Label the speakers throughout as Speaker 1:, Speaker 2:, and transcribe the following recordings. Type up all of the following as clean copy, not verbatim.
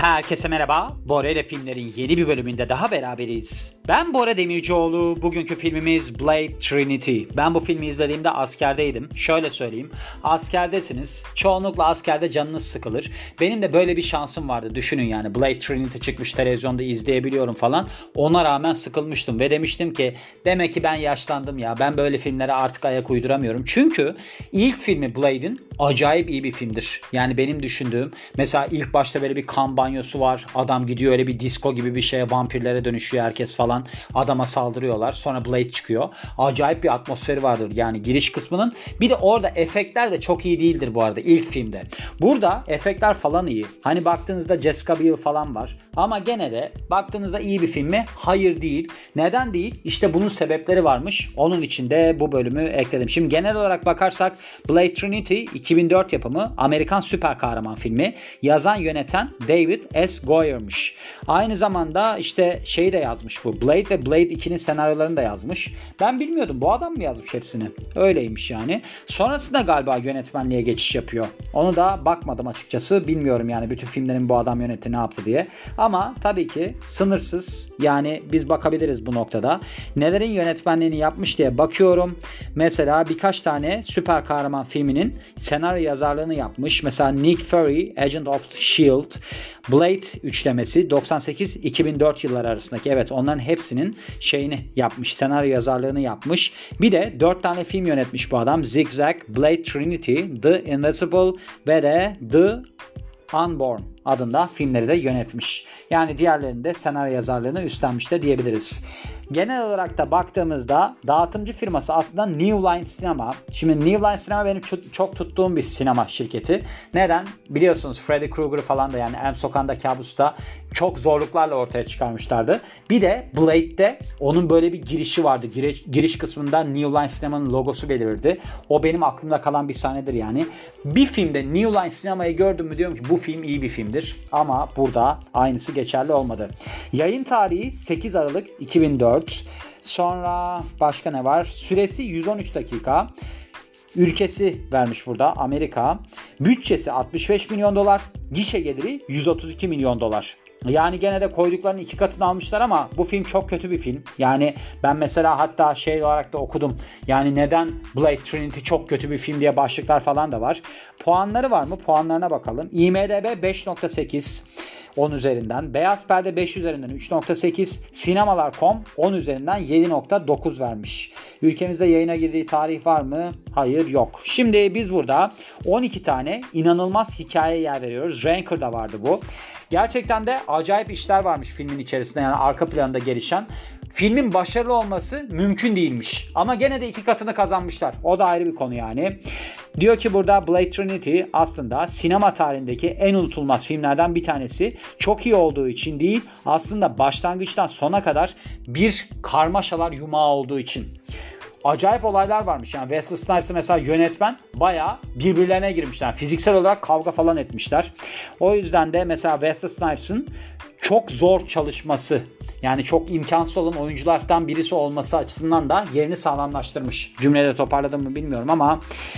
Speaker 1: Herkese merhaba. Bora ile filmlerin yeni bir bölümünde daha beraberiz. Ben Bora Demircioğlu. Bugünkü filmimiz Blade Trinity. Ben bu filmi izlediğimde askerdeydim. Şöyle söyleyeyim. Askerdesiniz. Çoğunlukla askerde canınız sıkılır. Benim de böyle bir şansım vardı. Düşünün yani. Blade Trinity çıkmış, televizyonda izleyebiliyorum falan. Ona rağmen sıkılmıştım ve demiştim ki demek ki ben yaşlandım ya. Ben böyle filmlere artık ayak uyduramıyorum. Çünkü ilk filmi Blade'in acayip iyi bir filmdir. Yani benim düşündüğüm, mesela ilk başta böyle bir kan banyosu var. Adam gidiyor öyle bir disco gibi bir şeye, vampirlere dönüşüyor herkes falan. Adama saldırıyorlar. Sonra Blade çıkıyor. Acayip bir atmosferi vardır yani giriş kısmının. Bir de orada efektler de çok iyi değildir bu arada ilk filmde. Burada efektler falan iyi. Hani baktığınızda Jessica Biel falan var. Ama gene de baktığınızda iyi bir film mi? Hayır değil. Neden değil? İşte bunun sebepleri varmış. Onun için de bu bölümü ekledim. Şimdi genel olarak bakarsak Blade Trinity 2004 yapımı Amerikan süper kahraman filmi. Yazan, yöneten David S. Goyer'mış. Aynı zamanda işte şeyi de yazmış bu. Blade ve Blade 2'nin senaryolarını da yazmış. Ben bilmiyordum. Bu adam mı yazmış hepsini? Öyleymiş yani. Sonrasında galiba yönetmenliğe geçiş yapıyor. Onu da bakmadım açıkçası. Bilmiyorum yani bütün filmlerin bu adam yönetti ne yaptı diye. Ama tabii ki sınırsız. Yani biz bakabiliriz bu noktada. Nelerin yönetmenliğini yapmış diye bakıyorum. Mesela birkaç tane süper kahraman filminin senaryo yazarlığını yapmış. Mesela Nick Fury, Agent of S.H.I.E.L.D., Blade üçlemesi 98-2004 yılları arasındaki, evet, onların hepsinin şeyini yapmış, senaryo yazarlığını yapmış. Bir de 4 tane film yönetmiş bu adam. Zigzag, Blade Trinity, The Invisible ve de The Unborn adında filmleri de yönetmiş. Yani diğerlerinin de senaryo yazarlığını üstlenmiş de diyebiliriz. Genel olarak da baktığımızda dağıtımcı firması aslında New Line Cinema. Şimdi New Line Cinema benim çok tuttuğum bir sinema şirketi. Neden? Biliyorsunuz Freddy Krueger falan da, yani Elm Sokağı'nda, Kabus'ta çok zorluklarla ortaya çıkarmışlardı. Bir de Blade'de onun böyle bir girişi vardı. Giriş kısmında New Line Cinema'nın logosu belirdi. O benim aklımda kalan bir sahnedir yani. Bir filmde New Line Cinema'yı gördüm mü diyorum ki bu film iyi bir filmdir. Ama burada aynısı geçerli olmadı. Yayın tarihi 8 Aralık 2004. Sonra başka ne var? Süresi 113 dakika. Ülkesi vermiş burada, Amerika. Bütçesi 65 milyon dolar. Gişe geliri 132 milyon dolar. Yani gene de koyduklarının 2 katını almışlar ama bu film çok kötü bir film. Yani ben mesela hatta şey olarak da okudum. Yani neden Blade Trinity çok kötü bir film diye başlıklar falan da var. Puanları var mı? Puanlarına bakalım. IMDb 5.8 10 üzerinden. Beyaz Perde 5 üzerinden 3.8. Sinemalar.com 10 üzerinden 7.9 vermiş. Ülkemizde yayına girdiği tarih var mı? Hayır, yok. Şimdi biz burada 12 tane inanılmaz hikayeye yer veriyoruz. Ranker'da vardı bu. Gerçekten de acayip işler varmış filmin içerisinde, yani arka planda gelişen. Filmin başarılı olması mümkün değilmiş. Ama gene de 2 katını kazanmışlar. O da ayrı bir konu yani. Diyor ki burada Blade Trinity aslında sinema tarihindeki en unutulmaz filmlerden bir tanesi. Çok iyi olduğu için değil, aslında başlangıçtan sona kadar bir karmaşalar yumağı olduğu için. Acayip olaylar varmış. Yani Wesley Snipes'ı mesela yönetmen bayağı birbirlerine girmişler. Fiziksel olarak kavga falan etmişler. O yüzden de mesela Wesley Snipes'ın çok zor çalışması, yani çok imkansız olan oyunculardan birisi olması açısından da yerini sağlamlaştırmış. Cümlede toparladım mı bilmiyorum ama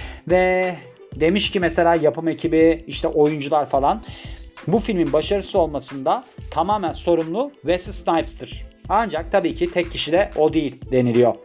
Speaker 1: ve demiş ki mesela yapım ekibi, işte oyuncular falan, bu filmin başarısız olmasında tamamen sorumlu Wesley Snipes'tır. Ancak tabii ki tek kişi de o değil deniliyor.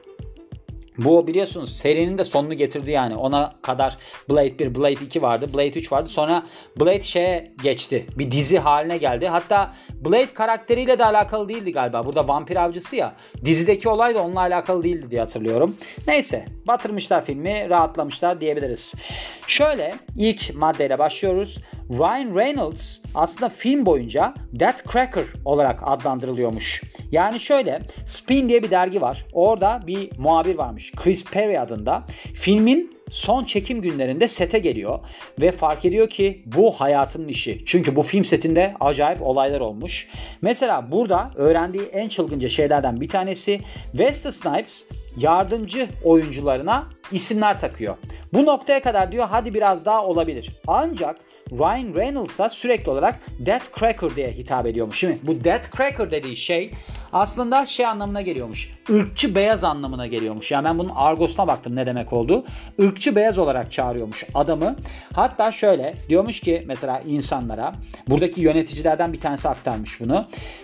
Speaker 1: Bu biliyorsunuz serinin de sonunu getirdi yani. Ona kadar Blade 1, Blade 2 vardı, Blade 3 vardı. Sonra Blade şeye geçti. Bir dizi haline geldi. Hatta Blade karakteriyle de alakalı değildi galiba. Burada vampir avcısı ya. Dizideki olay da onunla alakalı değildi diye hatırlıyorum. Neyse, batırmışlar filmi, rahatlamışlar diyebiliriz. Şöyle ilk maddeyle başlıyoruz. Ryan Reynolds aslında film boyunca Death Cracker olarak adlandırılıyormuş. Yani şöyle, Spin diye bir dergi var. Orada bir muhabir varmış, Chris Perry adında. Filmin son çekim günlerinde sete geliyor ve fark ediyor ki bu hayatının işi. Çünkü bu film setinde acayip olaylar olmuş. Mesela burada öğrendiği en çılgınca şeylerden bir tanesi, Wesley Snipes yardımcı oyuncularına isimler takıyor. Bu noktaya kadar diyor hadi biraz daha olabilir. Ancak Ryan Reynolds'a sürekli olarak Death Cracker diye hitap ediyormuş. Şimdi bu Death Cracker dediği şey aslında şey anlamına geliyormuş. Irkçı beyaz anlamına geliyormuş. Yani ben bunun argosuna baktım ne demek olduğu. Irkçı beyaz olarak çağırıyormuş adamı. Hatta şöyle diyormuş ki mesela insanlara, buradaki yöneticilerden bir tanesi aktarmış bunu.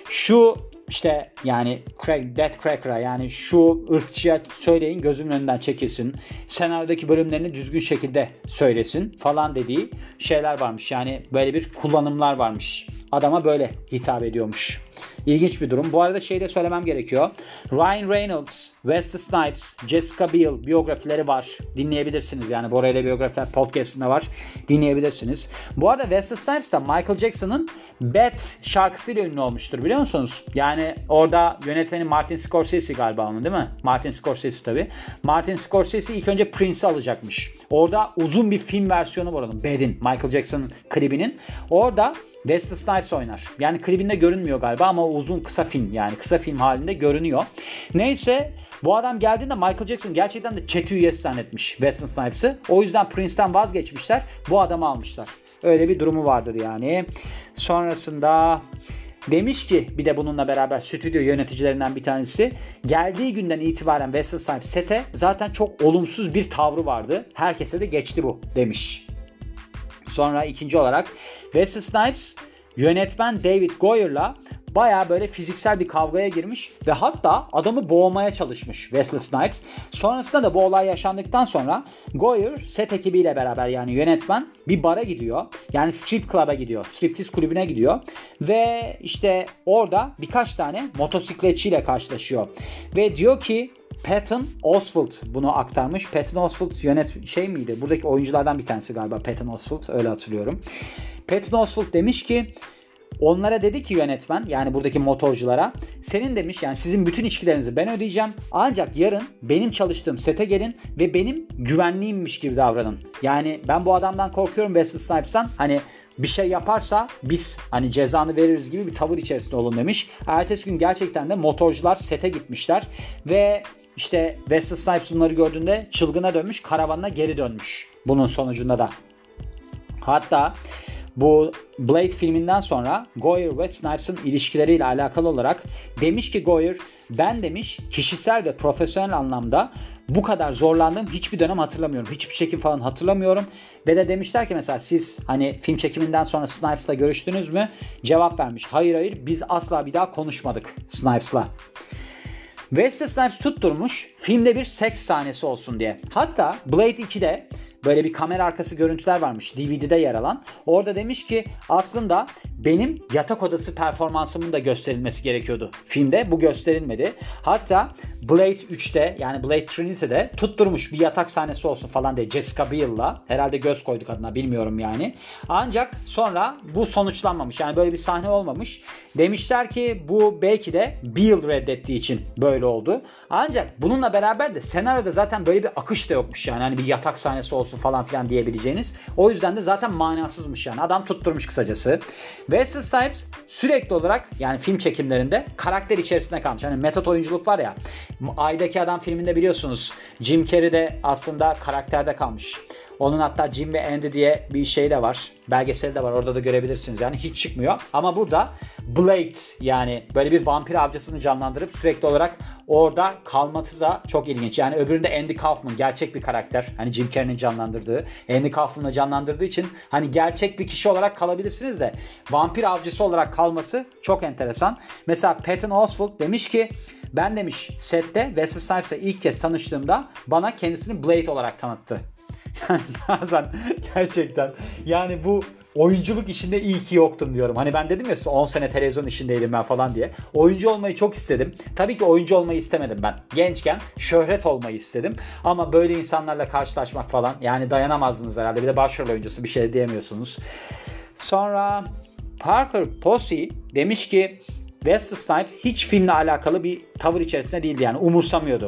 Speaker 1: Şu işte yani Death Cracker'a, yani şu ırkçıya söyleyin gözümün önünden çekilsin. Senaryodaki bölümlerini düzgün şekilde söylesin falan dediği şeyler varmış. Yani böyle bir kullanımlar varmış. Adama böyle hitap ediyormuş. İlginç bir durum. Bu arada şey de söylemem gerekiyor. Ryan Reynolds, Wesley Snipes, Jessica Biel biyografileri var. Dinleyebilirsiniz. Yani Bora ile biyografiler podcast'ında var. Dinleyebilirsiniz. Bu arada Wesley Snipes de Michael Jackson'ın Bad şarkısıyla ünlü olmuştur, biliyor musunuz? Yani orada yönetmeni Martin Scorsese galiba onun, değil mi? Martin Scorsese tabii. Martin Scorsese ilk önce Prince'i alacakmış. Orada uzun bir film versiyonu var onun. Bad'in, Michael Jackson'ın klibinin. Orada Wesley Snipes oynar. Yani klibinde görünmüyor galiba ama uzun kısa film, yani kısa film halinde görünüyor. Neyse bu adam geldiğinde Michael Jackson gerçekten de çete üyesi zannetmiş Wesley Snipes'ı. O yüzden Prince'ten vazgeçmişler. Bu adamı almışlar. Öyle bir durumu vardır yani. Sonrasında demiş ki bir de bununla beraber stüdyo yöneticilerinden bir tanesi, geldiği günden itibaren Wesley Snipes sete zaten çok olumsuz bir tavrı vardı. Herkese de geçti bu demiş. Sonra ikinci olarak Wesley Snipes yönetmen David Goyer'la baya böyle fiziksel bir kavgaya girmiş ve hatta adamı boğmaya çalışmış Wesley Snipes. Sonrasında da bu olay yaşandıktan sonra Goyer set ekibiyle beraber, yani yönetmen, bir bara gidiyor. Yani strip club'a gidiyor. Striptease kulübüne gidiyor. Ve işte orada birkaç tane motosikletçiyle karşılaşıyor. Ve diyor ki Patton Oswalt bunu aktarmış. Patton Oswalt şey miydi? Buradaki oyunculardan bir tanesi galiba Patton Oswalt, öyle hatırlıyorum. Patton Oswalt demiş ki onlara dedi ki yönetmen, yani buradaki motorculara, senin demiş, yani sizin bütün içkilerinizi ben ödeyeceğim. Ancak yarın benim çalıştığım sete gelin ve benim güvenliğimmiş gibi davranın. Yani ben bu adamdan korkuyorum, Wesley Snipes'tan. Hani bir şey yaparsa biz hani cezanı veririz gibi bir tavır içerisinde olun demiş. Ertesi gün gerçekten de motorcular sete gitmişler ve işte Wesley Snipes bunları gördüğünde çılgına dönmüş, karavanına geri dönmüş bunun sonucunda da. Hatta bu Blade filminden sonra Goyer ve Snipes'ın ilişkileriyle alakalı olarak demiş ki Goyer, ben demiş kişisel ve profesyonel anlamda bu kadar zorlandığım hiçbir dönem hatırlamıyorum. Hiçbir çekim falan hatırlamıyorum. Ve de demişler ki mesela siz hani film çekiminden sonra Snipes'la görüştünüz mü? Cevap vermiş. Hayır biz asla bir daha konuşmadık Snipes'la. Wesley Snipes tutturmuş filmde bir seks sahnesi olsun diye. Hatta Blade 2'de böyle bir kamera arkası görüntüler varmış DVD'de yer alan. Orada demiş ki aslında benim yatak odası performansımın da gösterilmesi gerekiyordu filmde. Bu gösterilmedi. Hatta Blade 3'te, yani Blade Trinity'de tutturmuş bir yatak sahnesi olsun falan diye Jessica Biel'la. Herhalde göz koyduk adına, bilmiyorum yani. Ancak sonra bu sonuçlanmamış. Yani böyle bir sahne olmamış. Demişler ki bu belki de Biel reddettiği için böyle oldu. Ancak bununla beraber de senaryoda zaten böyle bir akış da yokmuş yani. Hani bir yatak sahnesi olsun falan filan diyebileceğiniz. O yüzden de zaten manasızmış yani. Adam tutturmuş kısacası. Wesley Snipes sürekli olarak yani film çekimlerinde karakter içerisinde kalmış. Hani metot oyunculuk var ya. Ay'daki Adam filminde biliyorsunuz Jim Carrey de aslında karakterde kalmış. Onun hatta Jim ve Andy diye bir şey de var. Belgeseli de var. Orada da görebilirsiniz. Yani hiç çıkmıyor. Ama burada Blade, yani böyle bir vampir avcısını canlandırıp sürekli olarak orada kalması da çok ilginç. Yani öbüründe Andy Kaufman, gerçek bir karakter. Hani Jim Carrey'nin canlandırdığı. Andy Kaufman'la canlandırdığı için hani gerçek bir kişi olarak kalabilirsiniz de vampir avcısı olarak kalması çok enteresan. Mesela Patton Oswalt demiş ki ben demiş sette Wesley Snipes'la ilk kez tanıştığımda bana kendisini Blade olarak tanıttı. Yani bazen gerçekten yani bu oyunculuk işinde iyi ki yoktum diyorum. Hani ben dedim ya size 10 sene televizyon işindeydim ben falan diye. Oyuncu olmayı çok istedim. Tabii ki oyuncu olmayı istemedim ben. Gençken şöhret olmayı istedim. Ama böyle insanlarla karşılaşmak falan, yani dayanamazdınız herhalde. Bir de başrol oyuncusu, bir şey diyemiyorsunuz. Sonra Parker Posey demiş ki Wesley Snipes hiç filmle alakalı bir tavır içerisinde değildi, yani umursamıyordu.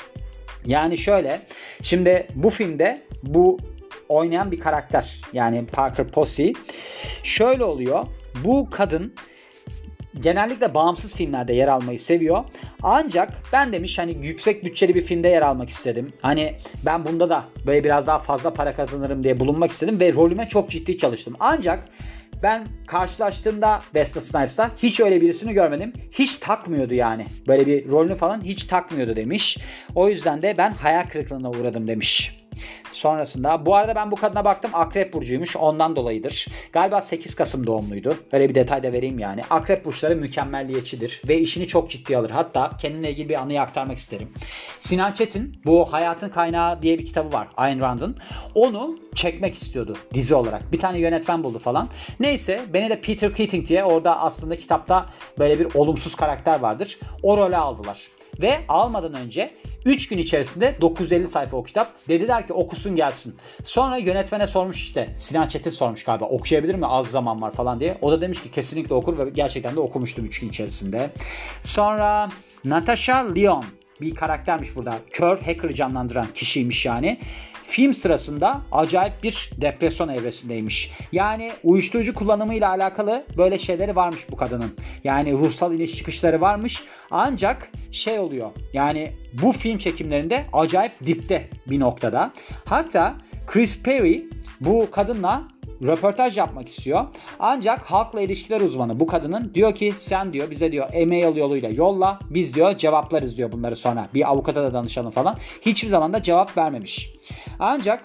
Speaker 1: Yani şöyle, şimdi bu filmde bu oynayan bir karakter, yani Parker Posey, şöyle oluyor. Bu kadın genellikle bağımsız filmlerde yer almayı seviyor. Ancak ben demiş hani yüksek bütçeli bir filmde yer almak istedim. Hani ben bunda da böyle biraz daha fazla para kazanırım diye bulunmak istedim ve rolüme çok ciddi çalıştım. Ancak ben karşılaştığımda Wesley Snipes'la hiç öyle birisini görmedim. Hiç takmıyordu yani. Böyle bir rolünü falan hiç takmıyordu demiş. O yüzden de ben hayal kırıklığına uğradım demiş. Sonrasında bu arada ben bu kadına baktım, Akrep burcuymuş, ondan dolayıdır. Galiba 8 Kasım doğumluydu. Öyle bir detay da vereyim yani. Akrep burçları mükemmelliyetçidir ve işini çok ciddiye alır. Hatta kendimle ilgili bir anıyı aktarmak isterim. Sinan Çetin bu Hayatın Kaynağı diye bir kitabı var Ayn Rand'ın. Onu çekmek istiyordu dizi olarak. Bir tane yönetmen buldu falan. Neyse beni de Peter Keating diye, orada aslında kitapta böyle bir olumsuz karakter vardır. O rolü aldılar. Ve almadan önce 3 gün içerisinde 950 sayfa o kitap. Dediler ki okusun gelsin. Sonra yönetmene sormuş işte. Sinan Çetin sormuş galiba. Okuyabilir mi? Az zaman var falan diye. O da demiş ki kesinlikle okur ve gerçekten de okumuştum 3 gün içerisinde. Sonra Natasha Lyonne bir karaktermiş burada. Kör hacker'ı canlandıran kişiymiş yani. Film sırasında acayip bir depresyon evresindeymiş. Yani uyuşturucu kullanımıyla alakalı böyle şeyleri varmış bu kadının. Yani ruhsal iniş çıkışları varmış. Ancak şey oluyor. Yani bu film çekimlerinde acayip dipte bir noktada. Hatta Chris Perry bu kadınla röportaj yapmak istiyor. Ancak halkla ilişkiler uzmanı bu kadının diyor ki sen diyor bize diyor e-mail yoluyla yolla, biz diyor cevaplarız diyor bunları sonra. Bir avukata da danışalım falan. Hiçbir zaman da cevap vermemiş. Ancak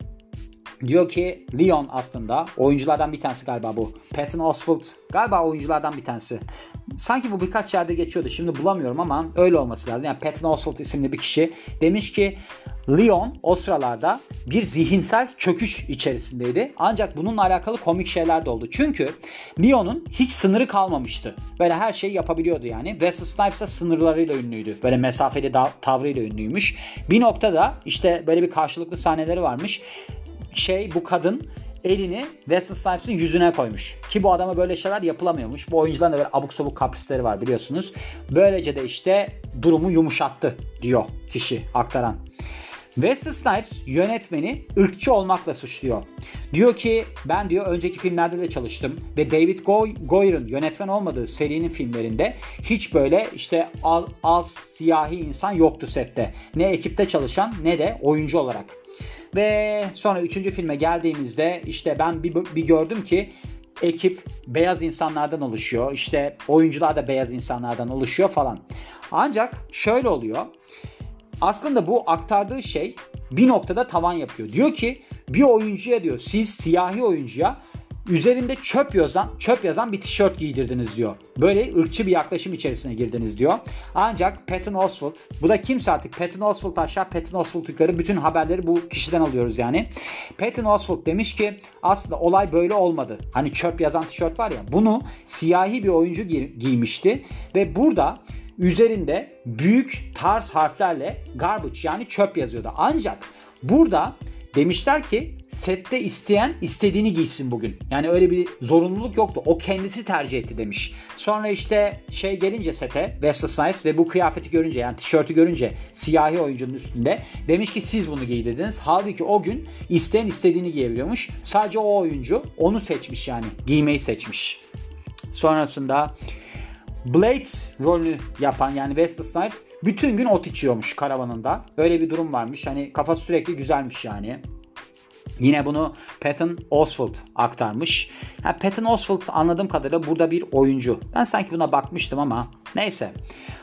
Speaker 1: diyor ki Leon aslında oyunculardan bir tanesi galiba bu. Patton Oswalt galiba oyunculardan bir tanesi. Sanki bu birkaç yerde geçiyordu. Şimdi bulamıyorum ama öyle olması lazım. Yani Patton Oswalt isimli bir kişi demiş ki Leon o sıralarda bir zihinsel çöküş içerisindeydi. Ancak bununla alakalı komik şeyler de oldu. Çünkü Leon'un hiç sınırı kalmamıştı. Böyle her şeyi yapabiliyordu yani. Wesley Snipes da sınırlarıyla ünlüydü. Böyle mesafeli tavrıyla ünlüymüş. Bir noktada işte böyle bir karşılıklı sahneleri varmış. Bu kadın elini Wesley Snipes'ın yüzüne koymuş. Ki bu adama böyle şeyler yapılamıyormuş. Bu oyuncuların da böyle abuk sabuk kaprisleri var biliyorsunuz. Böylece de işte durumu yumuşattı diyor kişi aktaran. Wesley Snipes yönetmeni ırkçı olmakla suçluyor. Diyor ki ben diyor önceki filmlerde de çalıştım ve David Goyer'ın yönetmen olmadığı serinin filmlerinde hiç böyle işte az siyahi insan yoktu sette. Ne ekipte çalışan ne de oyuncu olarak. Ve sonra 3. filme geldiğimizde işte ben bir gördüm ki ekip beyaz insanlardan oluşuyor. İşte oyuncular da beyaz insanlardan oluşuyor falan. Ancak şöyle oluyor. Aslında bu aktardığı şey bir noktada tavan yapıyor. Diyor ki bir oyuncuya diyor siz siyahi oyuncuya üzerinde çöp yazan bir tişört giydirdiniz diyor. Böyle ırkçı bir yaklaşım içerisine girdiniz diyor. Ancak Patton Oswalt, bu da kimse artık, Patton Oswalt aşağı Patton Oswalt yukarı, bütün haberleri bu kişiden alıyoruz yani. Patton Oswalt demiş ki aslında olay böyle olmadı. Hani çöp yazan tişört var ya, bunu siyahi bir oyuncu giymişti ve burada üzerinde büyük tarz harflerle garbage yani çöp yazıyordu. Ancak burada demişler ki sette isteyen istediğini giysin bugün. Yani öyle bir zorunluluk yoktu. O kendisi tercih etti demiş. Sonra işte gelince sete Wesley Snipes ve bu kıyafeti görünce yani tişörtü görünce siyahi oyuncunun üstünde demiş ki siz bunu giydirdiniz. Halbuki o gün isteyen istediğini giyebiliyormuş. Sadece o oyuncu onu seçmiş yani giymeyi seçmiş. Sonrasında Blade rolünü yapan yani Wesley Snipes bütün gün ot içiyormuş karavanında. Öyle bir durum varmış. Hani kafası sürekli güzelmiş yani. Yine bunu Patton Oswalt aktarmış. Patton Oswalt anladığım kadarıyla burada bir oyuncu. Ben sanki buna bakmıştım ama neyse.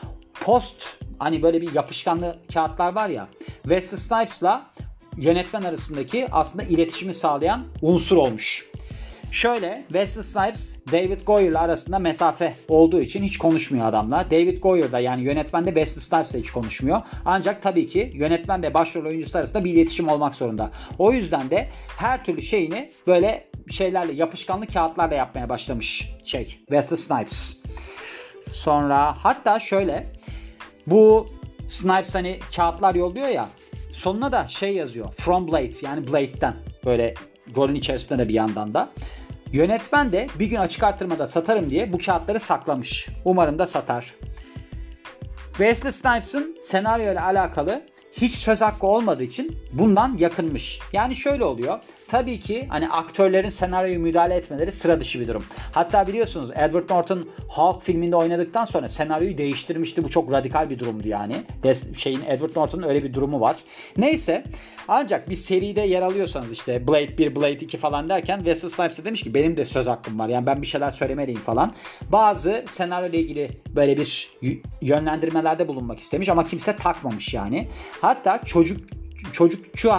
Speaker 1: Hani böyle bir yapışkanlı kağıtlar var ya. Wesley Snipes'la yönetmen arasındaki aslında iletişimi sağlayan unsur olmuş. Şöyle Wesley Snipes David Goyer'la arasında mesafe olduğu için hiç konuşmuyor adamla. David Goyer da yani yönetmen de Wesley Snipes'la hiç konuşmuyor. Ancak tabii ki yönetmen ve başrol oyuncusu arasında bir iletişim olmak zorunda. O yüzden de her türlü şeyini böyle şeylerle, yapışkanlı kağıtlarla yapmaya başlamış Wesley Snipes. Sonra hatta şöyle bu Snipes hani kağıtlar yolluyor ya, sonuna da yazıyor. From Blade yani Blade'den, böyle rolün içerisinde de bir yandan da. Yönetmen de bir gün açık artırmada satarım diye bu kağıtları saklamış. Umarım da satar. Wesley Snipes'ın senaryo ile alakalı hiç söz hakkı olmadığı için bundan yakınmış. Yani şöyle oluyor. Tabii ki hani aktörlerin senaryoya müdahale etmeleri sıra dışı bir durum. Hatta biliyorsunuz Edward Norton Hulk filminde oynadıktan sonra senaryoyu değiştirmişti. Bu çok radikal bir durumdu yani. Edward Norton'un öyle bir durumu var. Neyse, ancak bir seride yer alıyorsanız işte Blade 1, Blade 2 falan derken Wesley Snipes demiş ki benim de söz hakkım var. Yani ben bir şeyler söylemeliyim falan. Bazı senaryo ile ilgili böyle bir yönlendirmelerde bulunmak istemiş ama kimse takmamış yani. Hatta çocuksu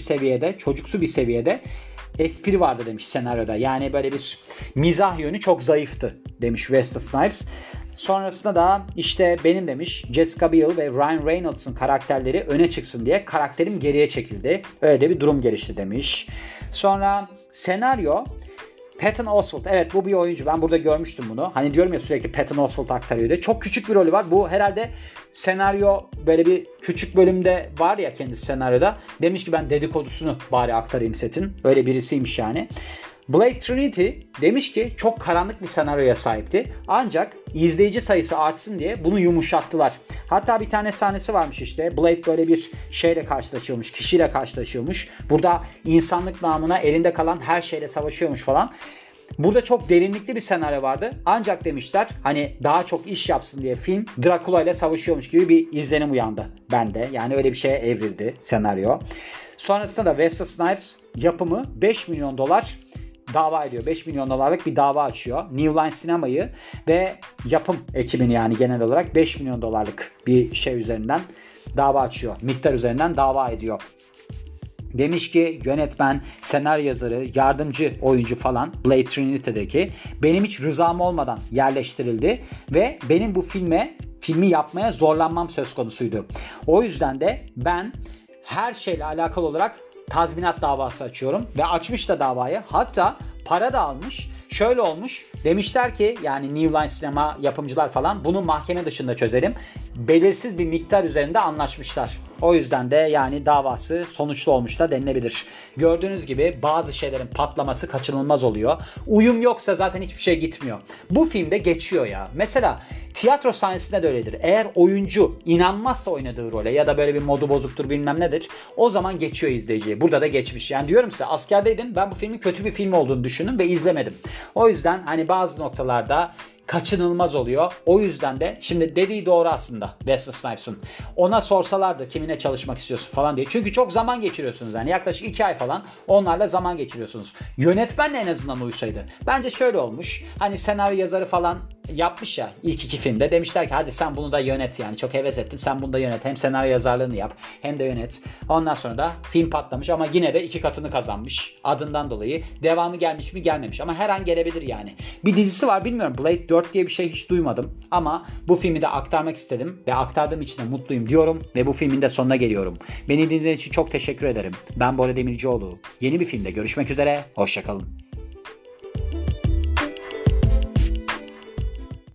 Speaker 1: bir seviyede espri vardı demiş senaryoda. Yani böyle bir mizah yönü çok zayıftı demiş Wesley Snipes. Sonrasında da işte benim demiş Jessica Biel ve Ryan Reynolds'ın karakterleri öne çıksın diye karakterim geriye çekildi. Öyle bir durum gelişti demiş. Sonra senaryo Patton Oswalt. Evet, bu bir oyuncu. Ben burada görmüştüm bunu. Hani diyorum ya sürekli Patton Oswalt aktarıyor diye. Çok küçük bir rolü var. Bu herhalde senaryo böyle bir küçük bölümde var ya kendisi senaryoda. Demiş ki ben dedikodusunu bari aktarayım setin. Öyle birisiymiş yani. Blade Trinity demiş ki çok karanlık bir senaryoya sahipti. Ancak izleyici sayısı artsın diye bunu yumuşattılar. Hatta bir tane sahnesi varmış işte. Blade böyle bir şeyle karşılaşıyormuş, kişiyle karşılaşıyormuş. Burada insanlık namına elinde kalan her şeyle savaşıyormuş falan. Burada çok derinlikli bir senaryo vardı. Ancak demişler hani daha çok iş yapsın diye film Dracula ile savaşıyormuş gibi bir izlenim uyandı bende. Yani öyle bir şeye evrildi senaryo. Sonrasında da Wesley Snipes yapımı 5 milyon dolar dava ediyor. 5 milyon dolarlık bir dava açıyor. New Line Sinema'yı ve yapım ekibini yani genel olarak 5 milyon dolarlık bir şey üzerinden dava açıyor. Miktar üzerinden dava ediyor. Demiş ki yönetmen, senaryo yazarı, yardımcı oyuncu falan Blade Trinity'deki benim hiç rızam olmadan yerleştirildi ve benim bu filmi yapmaya zorlanmam söz konusuydu. O yüzden de ben her şeyle alakalı olarak tazminat davası açıyorum ve açmış da davayı. Hatta para da almış. Şöyle olmuş. Demişler ki yani New Line Cinema yapımcılar falan bunu mahkeme dışında çözelim. Belirsiz bir miktar üzerinde anlaşmışlar. O yüzden de yani davası sonuçlu olmuş da denilebilir. Gördüğünüz gibi bazı şeylerin patlaması kaçınılmaz oluyor. Uyum yoksa zaten hiçbir şey gitmiyor. Bu filmde geçiyor ya. Mesela tiyatro sahnesinde de öyledir. Eğer oyuncu inanmazsa oynadığı role ya da böyle bir modu bozuktur bilmem nedir, o zaman geçiyor izleyiciye. Burada da geçmiş. Yani diyorum size askerdeydim. Ben bu filmin kötü bir film olduğunu düşündüm ve izlemedim. O yüzden hani bazı noktalarda kaçınılmaz oluyor. O yüzden de şimdi dediği doğru aslında Wesley Snipes'ın. Ona sorsalardı kimine çalışmak istiyorsun falan diye. Çünkü çok zaman geçiriyorsunuz yani yaklaşık 2 ay falan onlarla zaman geçiriyorsunuz. Yönetmenle en azından uysaydı. Bence şöyle olmuş. Hani senaryo yazarı falan yapmış ya ilk 2 filmde. Demişler ki hadi sen bunu da yönet yani. Çok heves ettin. Sen bunu da yönet. Hem senaryo yazarlığını yap hem de yönet. Ondan sonra da film patlamış ama yine de 2 katını kazanmış. Adından dolayı. Devamı gelmiş mi gelmemiş ama her an gelebilir yani. Bir dizisi var bilmiyorum. Blade 4 diye bir şey hiç duymadım. Ama bu filmi de aktarmak istedim ve aktardığım için de mutluyum diyorum ve bu filmin de sonuna geliyorum. Beni dinlediğiniz için çok teşekkür ederim. Ben Bora Demircioğlu. Yeni bir filmde görüşmek üzere. Hoşça kalın.